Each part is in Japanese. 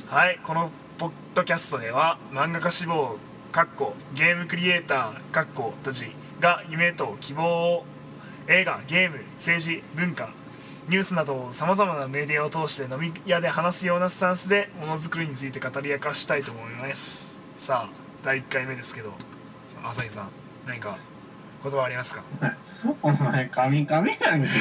はい、このポッドキャストでは漫画家志望ゲームクリエイター閉じが夢と希望を映画、ゲーム、政治、文化、ニュースなどさまざまなメディアを通して飲み屋で話すようなスタンスでものづくりについて語り明かしたいと思います。さあ第1回目ですけど、朝日さん何か言葉ありますか？ お前カミカミやんけ。い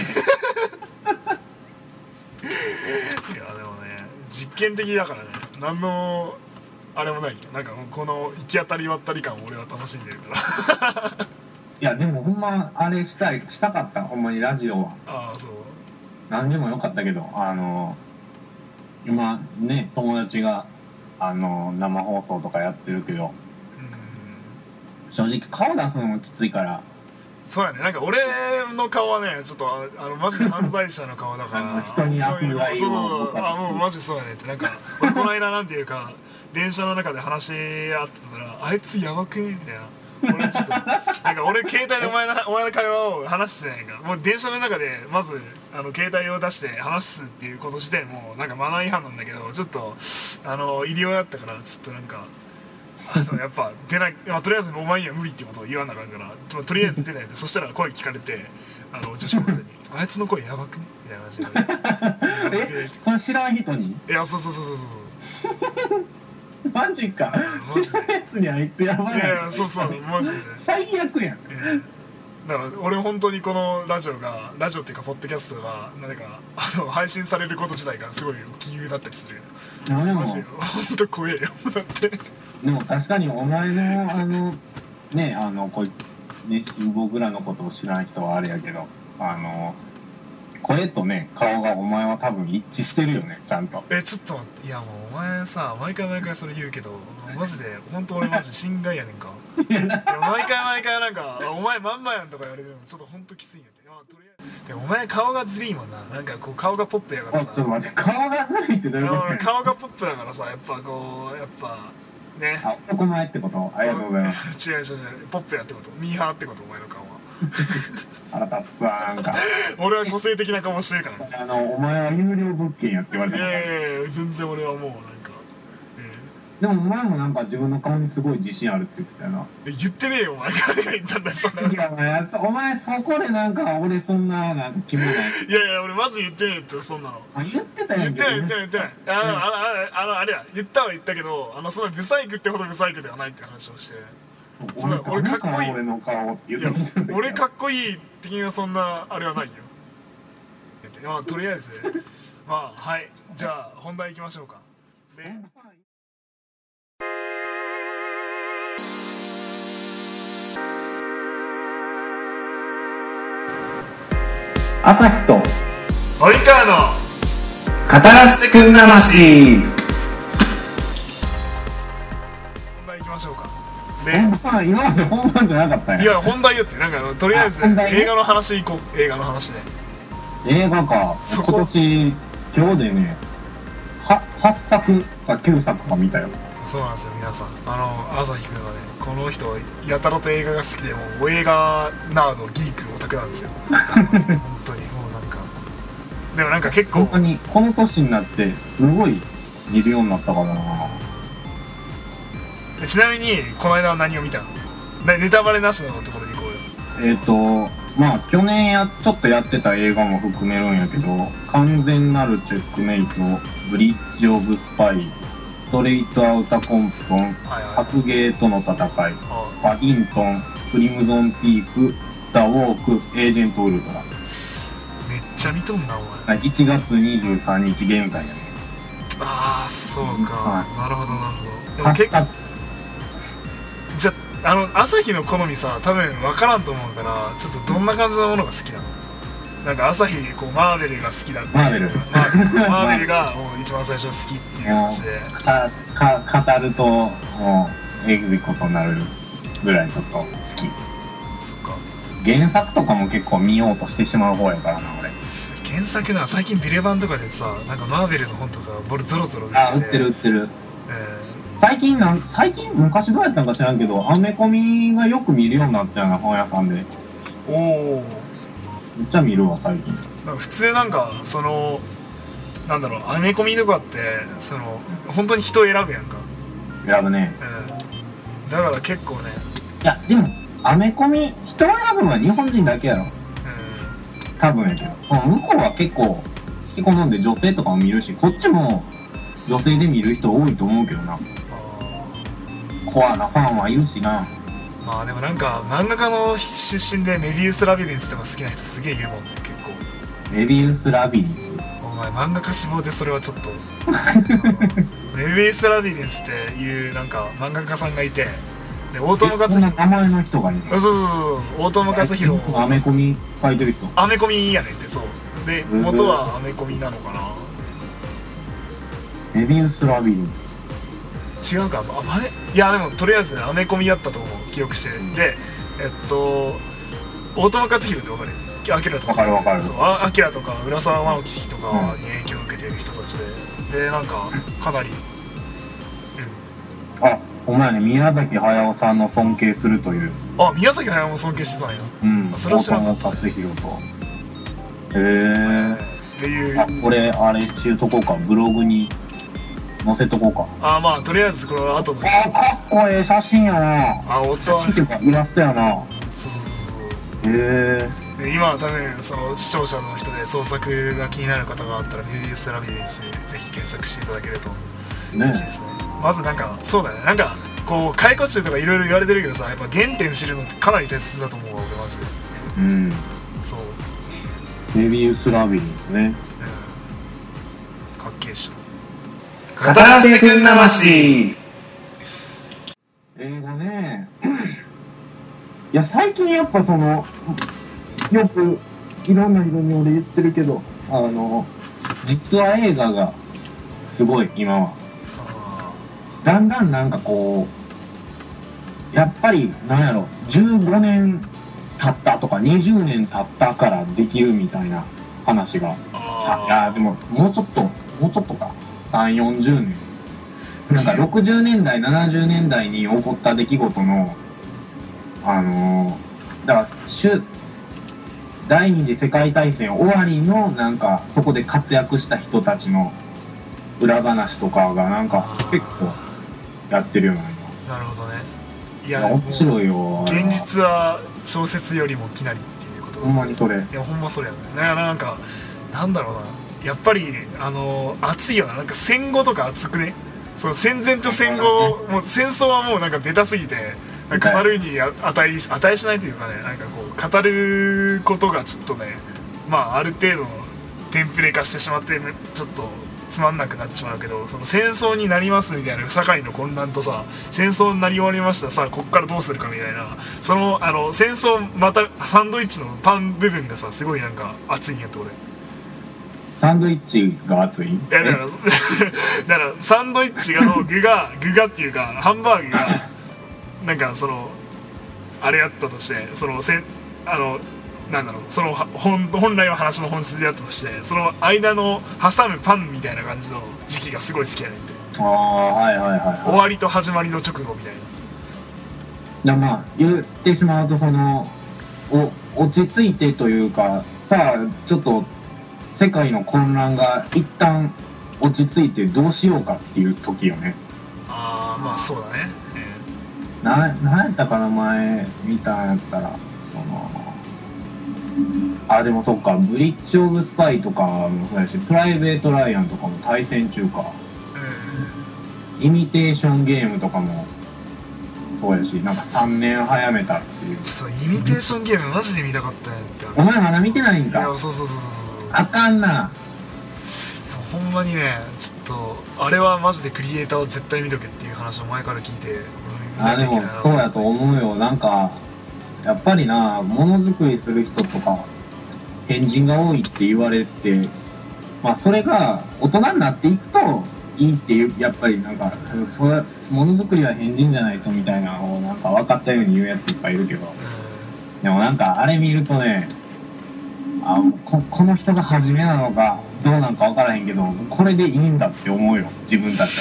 やでもね、実験的だからね、何のあれもない。なんかこの行き当たりばったり感を俺は楽しんでるからいやでもほんまあれしたかった。ほんまにラジオはああそう、 何でもよかったけど、今ね友達が生放送とかやってるけど、正直顔出すのもきついから。 そうやね、なんか俺の顔はねちょっとマジで犯罪者の顔だから人に悪意をもうマジそうやねって。なんか俺この間なんていうか電車の中で話し合ってたらあいつやばくねみたいな。俺ちょっとなんか俺携帯でお前の会話を話してないから、もう電車の中でまず携帯を出して話すっていうこと自体もなんかマナー違反なんだけど、ちょっと医療だったからちょっとなんかやっぱ出ない、とりあえずお前には無理ってことを言わなあかんから、とりあえず出ないでそしたら声聞かれて女子高生に「あいつの声やばくね?」みたいな感じでそれ知らん人に？ いやそうマジか。知らんやつにあいつやばい。 いやそうマジで最悪やん。 だから俺本当にこのラジオっていうかポッドキャストが何か配信されること自体がすごい奇遇だったりする。 でもマジで本当怖えよだってでも確かにお前のこうね僕らのことを知らん人はあれやけど、声とね顔がお前は多分一致してるよね、ちゃんと。 ちょっと待って、いやもうお前さ毎回それ言うけどマジで本当俺マジ心外やねんかいや毎回なんかお前まんまやんとか言われてもちょっと本当きついんやって。とりあえずでお前顔がずりいもんな。なんかこう顔がポップやからさ。 ちょっと待って、顔がずりいってどういうことや？ 顔がポップだからさ、やっぱね。 男前ってこと？ありがとうございます。 違うポップやってこと、ミーハーってこと、お前の顔は腹立つわ。なんか俺は個性的な顔してるからね。 お前は有料物件やって言われていや全然俺はもうなんか、 でもお前もなんか自分の顔にすごい自信あるって言ってたよな。 言ってねえよお前。誰が言ったんだよそんな。 いやお前そこでなんか俺そんななんか決めない。 いや俺マジ言ってねえってそんなの。 言ってたやんけ。 言ってないあれや言ったけどそのブサイクってほどブサイクではないって話をして。俺かっこいい。 俺の顔って言ってたんだけど。 俺かっこいい的なそんなあれはないよ。とりあえずはいじゃあ本題いきましょうか。 朝日と及川の語らせてくん魂。 本題いきましょうか。 今まで本番じゃなかったんや。 いや本題よって、なんかとりあえず映画の話いこう。映画の話で。 映画か。今年今日でね8作か9作か見たよ。 そうなんですよ皆さん。朝日くんはね、この人やたらと映画が好きで、もう映画ナードギークオタクなんですよ本当にもうなんか。でもなんか結構本当にこの年になってすごい見るようになったからな。 ちなみにこの間は何を見たの？ネタバレなしのところに行こうよ。 去年ちょっとやってた映画も含めるんやけど、完全なるチェックメイト、ブリッジ・オブ・スパイ、ストレイト・アウタ・コンプトン、白芸との戦い、パディントン、クリムゾン・ピーク、ザ・ウォーク、エージェント・ウルトラ。 めっちゃ見とんなお前。 1月23日現在やね。 ああそうか、なるほどでも 8作。 じゃ朝日の好みさ多分分からんと思うから、ちょっとどんな感じのものが好きなの？なんか朝日こうマーベルが好きだっていう。マーベルがもう一番最初好きっていう話で語るともうえぐいことになるぐらいちょっと好き。 そっか。 原作とかも結構見ようとしてしまう方やからな俺。 原作な、最近ビレバンとかでさ、なんかマーベルの本とかボルゾロゾロ出てて。 売ってる。最近昔どうやったんか知らんけど、アメコミがよく見るようになったような本屋さんで。 おお。 めっちゃ見るわ最近。 なんか普通なんかなんだろう、アメコミとかってその本当に人を選ぶやんか。 選ぶね。 だから結構ね。 いやでもアメコミ人を選ぶのは日本人だけやろ。多分やけど、向こうは結構好き好んで女性とかも見るし、こっちも女性で見る人多いと思うけどな。コアなファンはいるしな。 まあでもなんか漫画家の出身でメビウス・ラビリンスとか好きな人すげえいるもんね、結構。 メビウス・ラビリンス、 お前漫画家志望でそれはちょっとメビウス・ラビリンスっていうなんか漫画家さんがいて、で大友克洋、 名前の人がいる。 そう大友克洋、 アメコミ書いてる人。 アメコミやねんって。そうで元はアメコミなのかな。 メビウス・ラビリンス違うか、いやでもとりあえずアメコミやったと思う、記憶して。で大友克洋って分かる？アキラとか。 分かる。 そう、アキラとか浦沢直樹とかに影響を受けている人たちで、でなんかかなりあ、お前ね、宮崎駿さんの尊敬するという。 あ、宮崎駿も尊敬してたんや。それは知らんかった。 大友克洋と。へえ。 っていう。 あ、これあれしとこうか、ブログに載せとこうか。 あ、まあとりあえずこれは後の。 かっこええ写真やな。写真っていうかイラストやな。 そう。 へえ。 で今は多分その視聴者の人で創作が気になる方があったらメビウス・ラビリンスぜひ検索していただけると嬉しいですね。まずなんかそうだね、なんかこう解雇中とかいろいろ言われてるけどさ、やっぱ原点知るのってかなり大切だと思うわ、俺マジで。そう、 メビウス・ラビリンスね。 かっけえしょ。語らせてくんなまし。 英語ね。いや最近やっぱそのよくいろんな人に俺言ってるけど、実は映画がすごい今はだんだんなんかこうやっぱりなんやろ、15年経ったとか20年経ったからできるみたいな話がさ、いやでももうちょっとか、3、40年なんか60年代70年代に起こった出来事のだから第二次世界大戦終わりのなんかそこで活躍した人たちの裏話とかがなんか結構やってるような。 なるほどね。いや面白いよ。 現実は小説よりもきなりっていうこと。 ほんまにそれ。いやほんまそれやね。だからなんかなんだろうな、やっぱり熱いよな。なんか戦後とか熱くね。その戦前と戦後、もう戦争はもうなんかベタすぎて語るに値しないというかね、なんかこう語ることがちょっとね、まあある程度のテンプレ化してしまってちょっとつまんなくなっちまうけど、その戦争になりますみたいな社会の混乱とさ、戦争になり終わりました、さあこっからどうするかみたいな、その戦争またサンドイッチのパン部分がさすごいなんか熱いんやって。俺サンドイッチが熱い？いやだからサンドイッチの具がっていうかハンバーグがなんかそのあれやったとして、そのなんだろう、その本来は話の本質であったとして、その間の挟むパンみたいな感じの時期がすごい好きやねんって。終わりと始まりの直後みたいな。 まあ言ってしまうとその落ち着いてというかさあ、ちょっと世界の混乱が一旦落ち着いてどうしようかっていう時よね。 ああまあそうだね。 なんやったかな、前見たんやったらでもそっか、ブリッジ・オブ・スパイとかもそうやし、プライベート・ライアンとかも対戦中か、イミテーションゲームとかもそうやし、なんか3年早めたっていう。 そう、イミテーションゲームマジで見たかったんやって。 お前まだ見てないんか。 いやそうあかんな。 ほんまにね、ちょっとあれはマジでクリエイターは絶対見とけっていう話を前から聞いて。 でもそうやと思うよ。なんかやっぱりな、ものづくりする人とか変人が多いって言われて、まあそれが大人になっていくといいっていう、やっぱりなんかそれものづくりは変人じゃないとみたいなのをなんか分かったように言うやついっぱいいるけど、でもなんかあれ見るとね、この人が初めなのかどうなんか分からへんけど、これでいいんだって思うよ、自分たちは。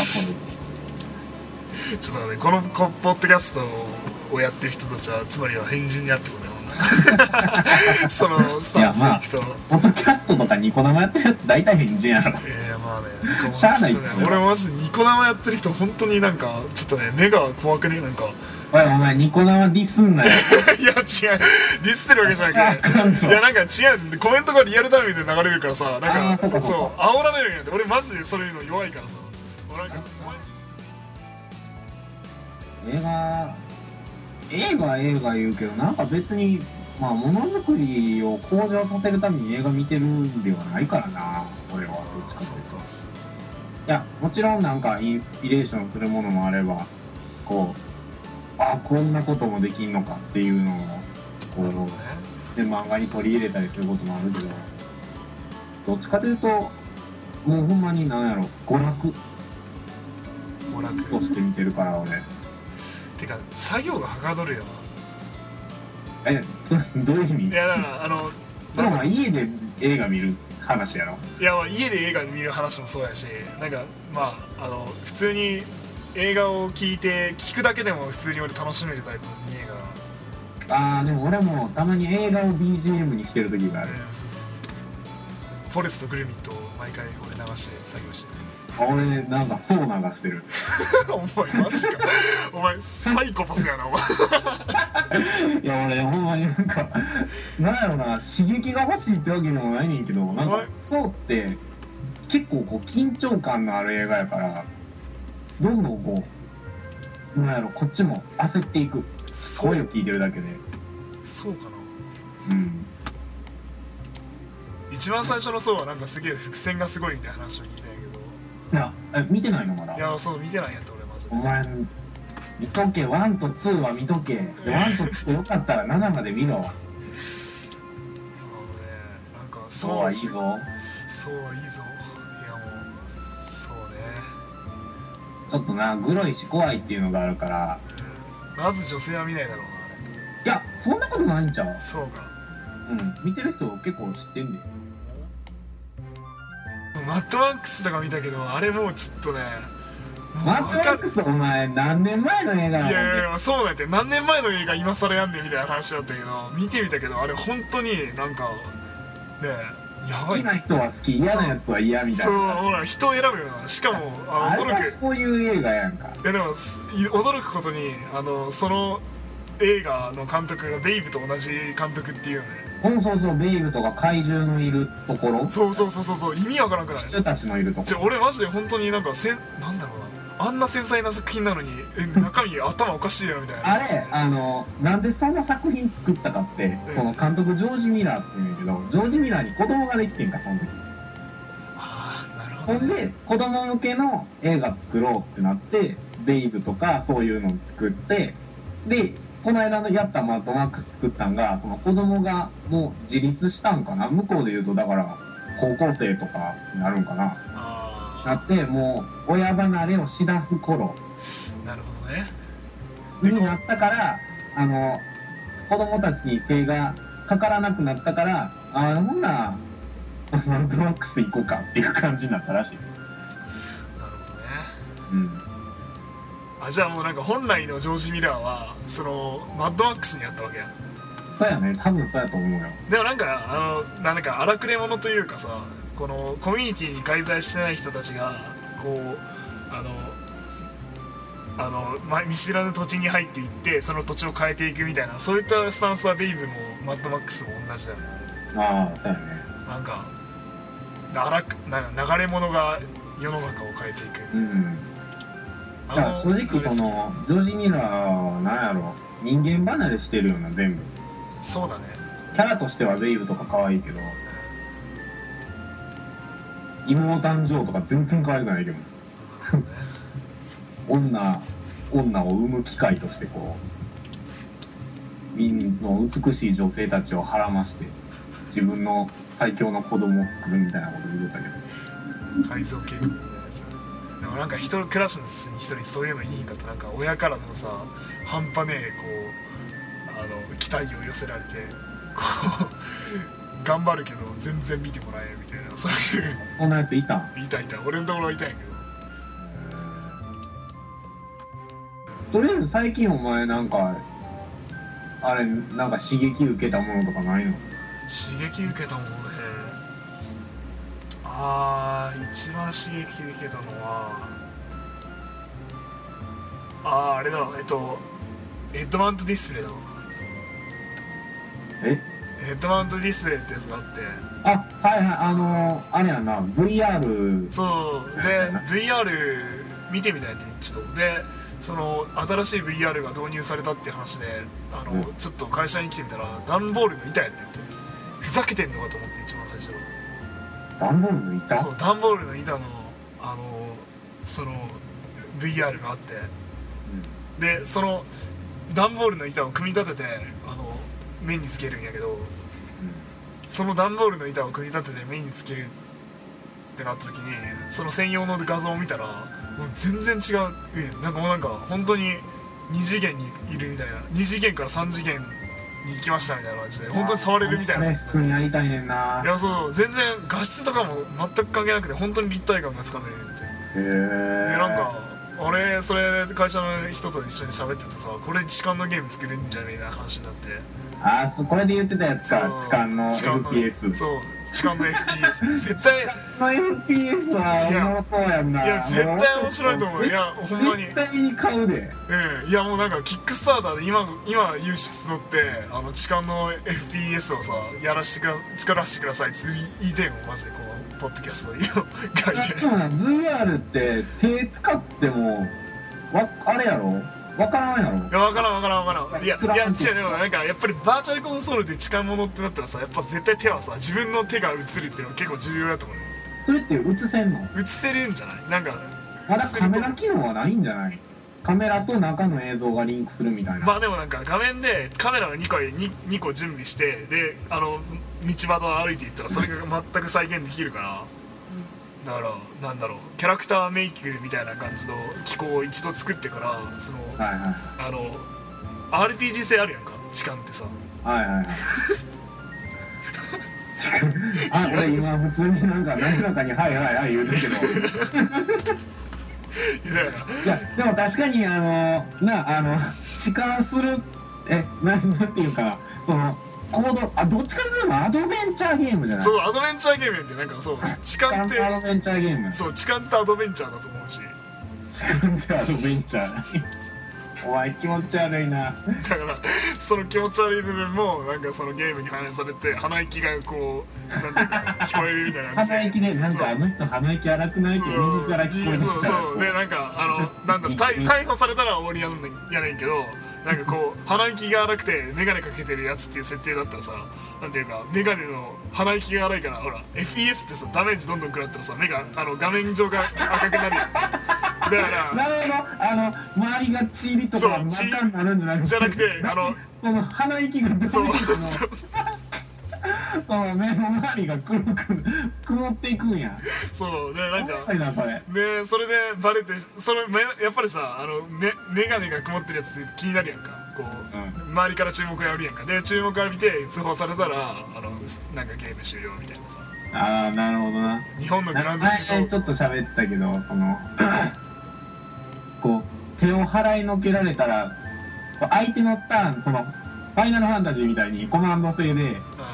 ちょっとね、このポッドキャストをやってる人たちはつまりは変人になってことだもんね。そのスタンスでいくと、 ポッドキャストとかニコ生やってるやつ大体変人やろ。 ましゃあないちょっとね、俺マジでニコ生やってる人本当になんかちょっとね目が怖くね、なんかおいお前ニコ生ディスんなよいや違う、ディスってるわけじゃなくて、いやなんか違う、コメントがリアルタイムで流れるからさ、なんかそう煽られるんやって。俺マジでそういうの弱いからさ、俺なんか映画言うけど、なんか別にまあものづくりを向上させるために映画見てるんではないからな、俺はどっちかというと。いやもちろんなんかインスピレーションするものもあれば、こうこんなこともできんのかっていうのをこうで漫画に取り入れたりすることもあるけど、どっちかというともうほんまになんやろ、娯楽として見てるから俺。 てか作業がはかどるよどういう意味？ な。いやだからでも家で映画見る話やろ。 いやまあ家で映画見る話もそうやし、なんかまあ普通に映画を聞くだけでも普通に俺楽しめるタイプの映画。 でも俺もたまに映画を BGM にしてる時がある。 フォレスト・グルミットを毎回俺流して作業してる。 俺なんかそう流してるお前マジかお前サイコパスやなお前いや俺ほんまになんかなんやろな、刺激が欲しいってわけでもないねんけど、なんかそうって結構こう緊張感のある映画やから、どんどんこうなんやろ、こっちも焦っていく、声を聞いてるだけで。 そうかな。 一番最初の層はなんかすげえ伏線がすごいみたいな話を聞いたんやけど。 いや見てないのまだ。 いやそう見てないんやって俺マジで。 お前見とけ、1と2は見とけ。1と2よかったら7まで見ろ。 なんかそうはいいぞ。 そうはいいぞ。いやもうそうね。 ちょっとなグロいし怖いっていうのがあるから、 まず女性は見ないだろうなあれ。 いやそんなことないんちゃう。 そうか。 見てる人結構知ってんで。 マッドマックスとか見たけど、あれもうちょっとね、 マッドマックスお前何年前の映画なの？ いやいやそうなんやって、何年前の映画今更やんねんみたいな話だったけど、見てみたけどあれ本当になんかねやばい。 好きな人は好き、嫌なやつは嫌みたいな。 そうほら人を選ぶよな。しかも驚く、そういう映画やんか。 いやでも驚くことにその映画の監督がベイブと同じ監督っていうね。 そうベイブとか怪獣のいるところ、 そう意味わからんくない？ 人たちのいるところ。 俺マジで本当になんかなんだろうな、あんな繊細な作品なのに中身頭おかしいやろみたいな。 あれなんでそんな作品作ったかって、その監督ジョージ・ミラーって言うんやけど、ジョージ・ミラーに子供ができてんかその時。 なるほど、ね、 ほんで子供向けの映画作ろうってなってベイブとかそういうのを作って、でこの間のやったマッドマックス作ったんが、その子供がもう自立したんかな、向こうで言うとだから高校生とかになるんかな、なってもう親離れをしだす頃。 なるほどね。 になったから、子供たちに手がかからなくなったから、ほんならマッドマックス行こうかっていう感じになったらしい。 なるほどね。じゃあもうなんか本来のジョージ・ミラーはそのマッドマックスにあったわけや。 そうやね、多分そうやと思うよ。 でもなんかなんか荒くれ者というかさ、このコミュニティに介在してない人たちがこう見知らぬ土地に入っていってその土地を変えていくみたいな、そういったスタンスはベイブもマッドマックスも同じだよね。 そうやね。 なんか流れ者が世の中を変えていく。 だから正直そのジョージ・ミラーは何やろ、人間離れしてるよな全部。 そうだね。 キャラとしてはベイブとか可愛いけど、妹誕生とか全然可愛くないけど女を産む機会としてこう民の美しい女性たちをはらまして自分の最強の子供を作るみたいなこと言うたけど、 改造計画みたいなやつ。でもなんかクラスに一人そういうのいいんかと、なんか親からのさ半端ねえこう期待を寄せられてこう頑張るけど全然見てもらえみたいな、そういうそんなやついたん？ いた俺のところはいたんやけど。とりあえず最近お前なんかあれなんか刺激受けたものとかないの？ 刺激受けたものね、 一番刺激受けたのはあれだ、ヘッドマウントディスプレイだわ。ヘッドマウントディスプレイってやつがあって、 はいはい、あれやな VR。 そうで VR 見てみたいってちょっとで、その新しい VR が導入されたっていう話でちょっと会社に来てみたら段ボールの板やって言って、ふざけてんのかと思って、一番最初は段ボールの板。 そう、段ボールの板のその VR があって、でその段ボールの板を組み立てて面につけるんやけど、その段ボールの板を組み立てて面につけるってなった時に、その専用の画像を見たらもう全然違う。なんか本当に2次元にいるみたいな、2次元から3次元に行きましたみたいな感じで、本当に触れるみたいな。 レッスンやりたいねんな。 いやそう、全然画質とかも全く関係なくて、本当に立体感がつかめるって。でなんか俺それ会社の人と一緒に喋っててさ、これ痴漢のゲーム作るんじゃねえな話になって、 これで言ってたやつか、痴漢の FPS。 そう、痴漢の FPS 絶対痴漢の FPS はおもろそうやんな。 いや絶対面白いと思う。いやほんまに絶対に買うで。 いやもうなんかキックスターターで今融資募って痴漢の FPS をさ作らせてくださいって言いてんのマジで、このポッドキャストの概念。 でもな VR って手使ってもあれやろ、分からんやろ。 いや分からん。いや違う、でもなんかやっぱりバーチャルコンソールで痴漢物ってなったらさ、やっぱ絶対手はさ、自分の手が映るっていうのは結構重要だと思う。 それって映せんの？ 映せるんじゃない？なんかまだカメラ機能はないんじゃない？カメラと中の映像がリンクするみたいな。 まあでもなんか画面でカメラを2個準備して、で道端を歩いていったらそれが全く再現できるから、だからなんだろう、キャラクターメイクみたいな感じの機構を一度作ってから、その、RPG 性あるやんか、痴漢ってさ。 俺今普通になんか何らかにはい言うてるけどいやでも確かに痴漢するなんていうか、そのどっちかというとアドベンチャーゲームじゃない？ そう、アドベンチャーゲームってなんかそう、痴漢ってアドベンチャーゲーム。 そう、痴漢ってアドベンチャーだと思うし。 痴漢ってアドベンチャーお前気持ち悪いな。 だからその気持ち悪い部分もなんかそのゲームに反映されて、鼻息がこうなんていうか聞こえるみたいな感じで。 鼻息でなんかあの人鼻息荒くないって右から聞こえてきたら、 そうでなんかなんだ逮捕されたら終わりやねんけど、なんかこう鼻息が荒くて眼鏡かけてるやつっていう設定だったらさ、なんていうか眼鏡の鼻息が荒いから、ほら FPS ってさダメージどんどん食らったらさ、目が画面上が赤くなるよね。だからなるほど、周りがチリとか真っ赤になるんじゃなくてその鼻息が出てきてその目の周りが曇っていくんや。 そうでなんかでそれでバレて、やっぱりさ眼鏡が曇ってるやつ気になるやんか、こう、周りから注目を浴びるやんか。で注目を浴びて通報されたらなんかゲーム終了みたいなさ。 なるほどな。 日本のグランドスちょっと喋ったけど、そのこう手を払いのけられたら相手のターン、そのファイナルファンタジーみたいにコマンド制で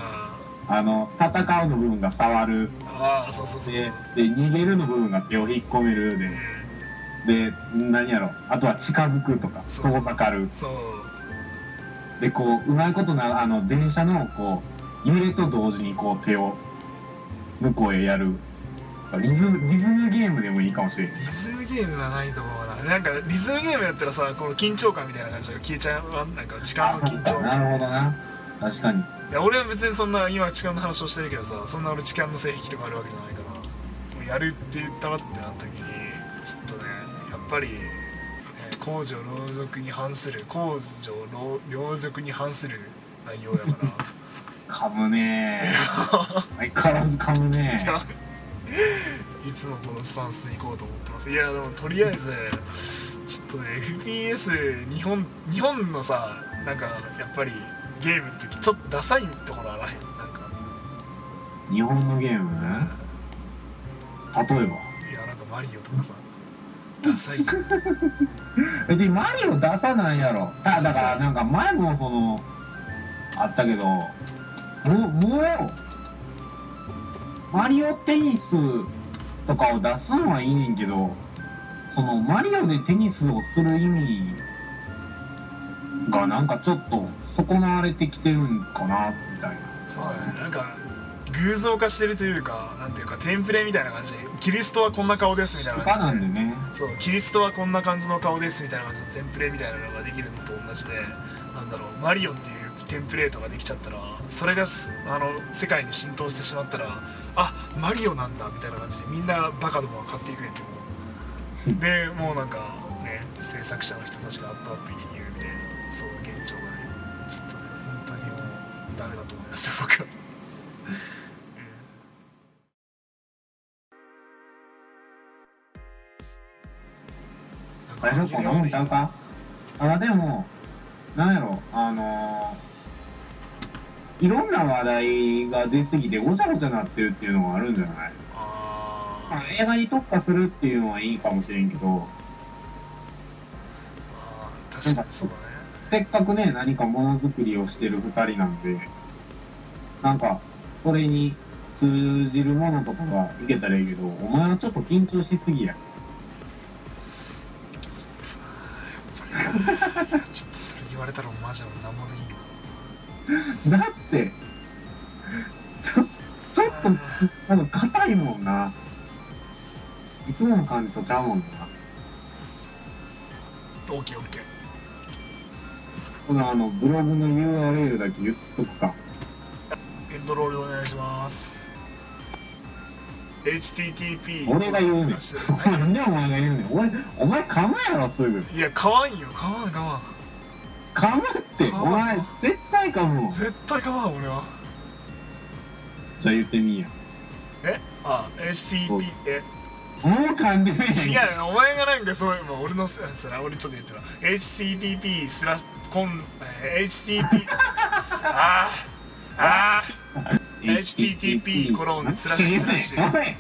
戦うの部分が触る、 そうで逃げるの部分が手を引っ込めるで何やろ、あとは近づくとか遠ざかるで、こううまいことな電車のこう揺れと同時にこう手を向こうへやるリズムゲームでもいいかもしれない。 リズムゲームはないと思うな。なんかリズムゲームだったらさ、この緊張感みたいな感じが消えちゃう。なんか時間の緊張感。 なるほどな、確かに。いや俺は別にそんな今痴漢の話をしてるけどさ、そんな俺痴漢の性癖とかあるわけじゃないから、もうやるって言ったらってなった時にちょっとね、やっぱり公序良俗に反する内容やから噛むね相変わらず噛むねいつもこのスタンスでいこうと思ってます。いやでもとりあえずちょっとね FPS 日本のさ、なんかやっぱりゲームってちょっとダサいところあらへん？なんか日本のゲームね、例えばいやなんかマリオとかさダサい別にマリオダサないやろ。だからなんか前もそのあったけど、もうやろマリオテニスとかを出すのはいいねんけど、そのマリオでテニスをする意味がなんかちょっと損なわれてきてるんかなみたいな。 そうだね、なんか偶像化してるというか、なんていうかテンプレみたいな感じ。キリストはこんな顔ですみたいな感じで、 なんでね、 そうキリストはこんな感じの顔ですみたいな感じのテンプレみたいなのができるのと同じで、なんだろう、マリオっていうテンプレートができちゃったら、それが世界に浸透してしまったら、あ、マリオなんだみたいな感じでみんなバカどもが買っていくんやけどでもうなんかね、制作者の人たちがアップアップ言うみたいな、そう現状がね、ちょっとね、本当にもうダメだと思いますよ、僕は。 大丈夫こんなもんちゃうか。でもなんやろ、いろんな話題が出すぎてごちゃごちゃなってるっていうのがあるんじゃない？映画に特化するっていうのはいいかもしれんけど、 確かにそうだね。 せっかくね、何かものづくりをしてる2人なんで、なんかそれに通じるものとかがいけたらいいけど、お前はちょっと緊張しすぎや。 ちょっとそれ言われたらマジで何もできんよ。 だってちょっとなんか硬いもんな。いつもの感じとちゃうもんな。 オッケーオッケー。 このブログの URL だけ言っとくか。 エンドロールお願いします。http 俺が言うねん。なんでお前が言うねん。お前噛むやろすぐ。 いや噛まんよ、噛まん。 噛むってお前絶対噛むもん。 絶対噛まん俺は。 じゃあ言ってみいや。 http もう噛んでない。 違う、お前がなんかそういう、俺のそれ俺ちょっと言ってるわ。http スラッコンhttp http コロンスラッシュスラッシュ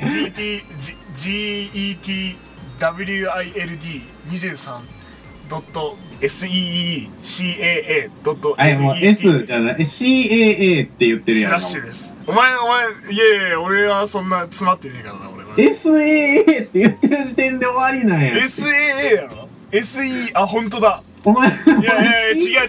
getwire23.seecaa.net はい、もう S じゃない CAA って言ってるやん。 スラッシュです。お前いやいや、俺はそんな詰まってねえからな。俺は SAA って言ってる時点で終わりなんや。 SAA やろ。 SE 本当だ。 お前いや違う SEE やって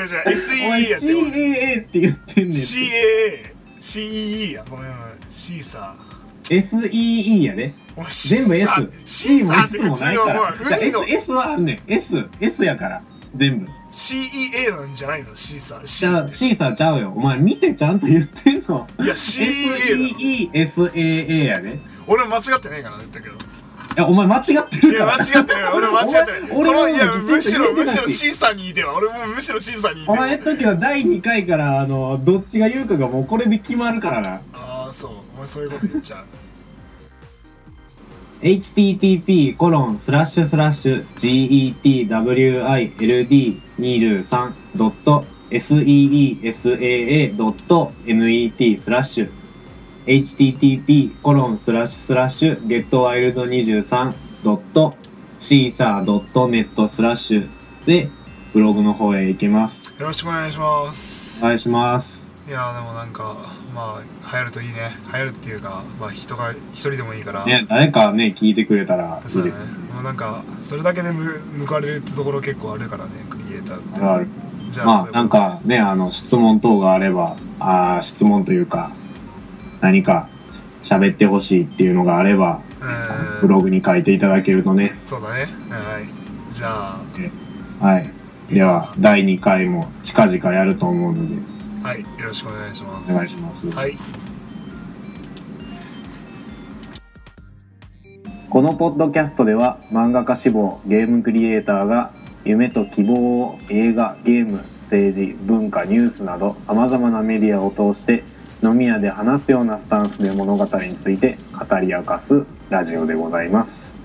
CAA って言ってんねん。 CEE や。ごめんシーサー SEE やで。全部 S。 C も S もないから。S はあんねん。S やから全部 CEA なんじゃないの。シーサーじゃあシーサーちゃうよ。お前見てちゃんと言ってんの。 いや CEA だろ。 SEESAA やで。 俺間違ってないから言ったけど。 いやお前間違ってるから。 いや間違ってない。俺間違ってない。いやむしろシーサーにいては。俺もむしろシーサーにいて。 お前の時は第2回からどっちが言うかがもうこれで決まるからな。 ああそう。お前そういうこと言っちゃう。 http://getwildly23.seesaa.net http://getwildly23.caesar.net/ でブログの方へ行けます。 よろしくお願いします。 お願いします。 いやでもなんかまあ流行るといいね。流行るっていうか、まあ人が一人でもいいからね、誰かね聞いてくれたらいいですね。 もうなんかそれだけで報われるってところ結構あるからね、クリエイターって。 ある。 じゃあまあなんかね質問等があれば質問というか何か喋ってほしいっていうのがあればブログに書いていただけるとね。 そうだね。はい。じゃあはい。では第2回も近々やると思うので、 はい、よろしくお願いします。 お願いします。 はい。 このポッドキャストでは漫画家志望ゲームクリエイターが夢と希望を映画、ゲーム、政治、文化、ニュースなど様々なメディアを通して飲み屋で話すようなスタンスで物語について語り明かすラジオでございます。